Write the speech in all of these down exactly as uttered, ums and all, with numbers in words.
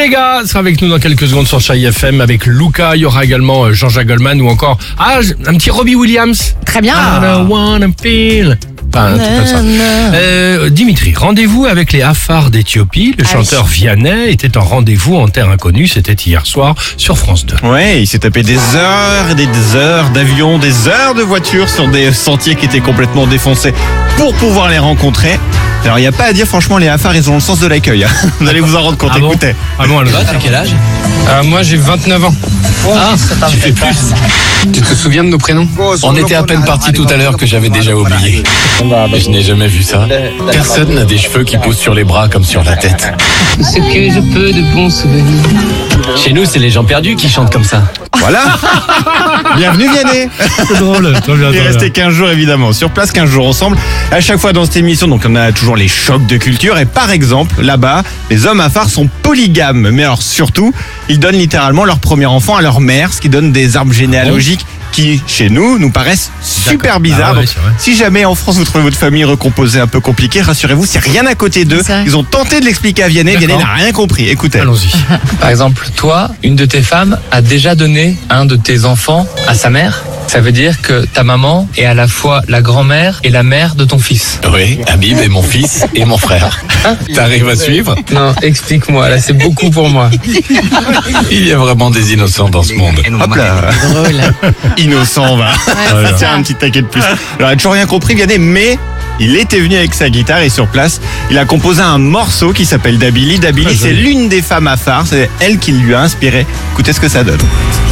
Vega sera avec nous dans quelques secondes sur Chérie F M avec Luca. Il y aura également Jean-Jacques Goldman ou encore ah, un petit Robbie Williams. Très bien. I don't wanna feel. Enfin, un truc comme ça. Euh, Dimitri, rendez-vous avec les Afars d'Éthiopie. Le ah chanteur oui. Vianney était en rendez-vous en terre inconnue. C'était hier soir sur France deux. Ouais, il s'est tapé des heures et des heures d'avion, des heures de voiture sur des sentiers qui étaient complètement défoncés pour pouvoir les rencontrer. Alors, il n'y a pas à dire, franchement, les Afars, ils ont le sens de l'accueil. Hein. Vous allez vous en rendre compte, Ah bon écoutez. Ah bon, alors, T'as quel âge? Euh, moi j'ai vingt-neuf ans. Ah, tu fais plus. Tu te souviens de nos prénoms? On était à peine partis tout à l'heure que j'avais déjà oublié. Et je n'ai jamais vu ça. Personne n'a des cheveux qui poussent sur les bras comme sur la tête. Ce que je peux de bons souvenirs. Chez nous, c'est les gens perdus qui chantent comme ça. Voilà. Bienvenue, Vianney. c'est drôle. Très bien, Il est très resté bien. quinze jours, évidemment. Sur place, quinze jours ensemble. À chaque fois dans cette émission, donc on a toujours les chocs de culture. Et par exemple, là-bas, les hommes Afars sont polygames. Mais alors surtout, ils donnent littéralement leur premier enfant à leur mère, ce qui donne des arbres généalogiques qui, chez nous, nous paraissent super D'accord. bizarres. Ah ouais, Donc, c'est vrai. si jamais en France vous trouvez votre famille recomposée un peu compliquée, rassurez-vous, c'est rien à côté d'eux. C'est vrai. Ils ont tenté de l'expliquer à Vianney. D'accord. Vianney n'a rien compris. Écoutez. Allons-y. Par exemple, toi, une de tes femmes a déjà donné un de tes enfants à sa mère. Ça veut dire que ta maman est à la fois la grand-mère et la mère de ton fils. Oui, Habib est mon fils et mon frère. T'arrives à suivre? Non, explique-moi, là c'est beaucoup pour moi. Il y a vraiment des innocents dans ce monde. Hop là. Drôle. Innocent, on va. Voilà. Tiens, un petit taquet de plus. Alors, il a toujours rien compris, Vianney, mais il était venu avec sa guitare et sur place, il a composé un morceau qui s'appelle Dabili. Dabili, Ah, c'est joli. l'une des femmes Afars, c'est elle qui lui a inspiré. Écoutez ce que ça donne.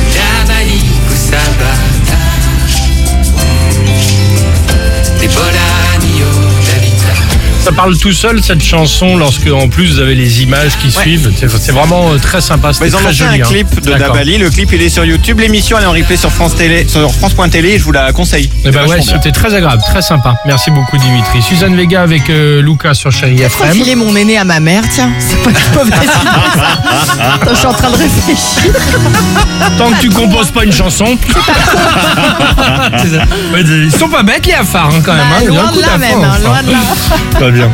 Ça parle tout seul cette chanson lorsque en plus vous avez les images qui suivent. C'est, c'est vraiment euh, très sympa. Bah, C'était ils en ont très fait joli. un hein. clip de D'accord. Dabali. Le clip, il est sur YouTube. L'émission, elle est en replay sur France Télé, sur France point télé. Je vous la conseille. Eh ben C'est ouais, vachement bien. c'était très agréable, très sympa. Merci beaucoup Dimitri. Suzanne Vega avec euh, Luca sur Chérie F M. Filer mon aîné à ma mère, tiens. C'est pas une mauvaise idée. ça. Attends, je suis en train de réfléchir. Tant que tu composes pas une chanson. C'est ça. Ouais, ils sont pas bêtes les Afars hein, quand même. Bah, hein. Il y a un loin coup de là d'affaire, même, hein, enfin. loin de là. Très bien.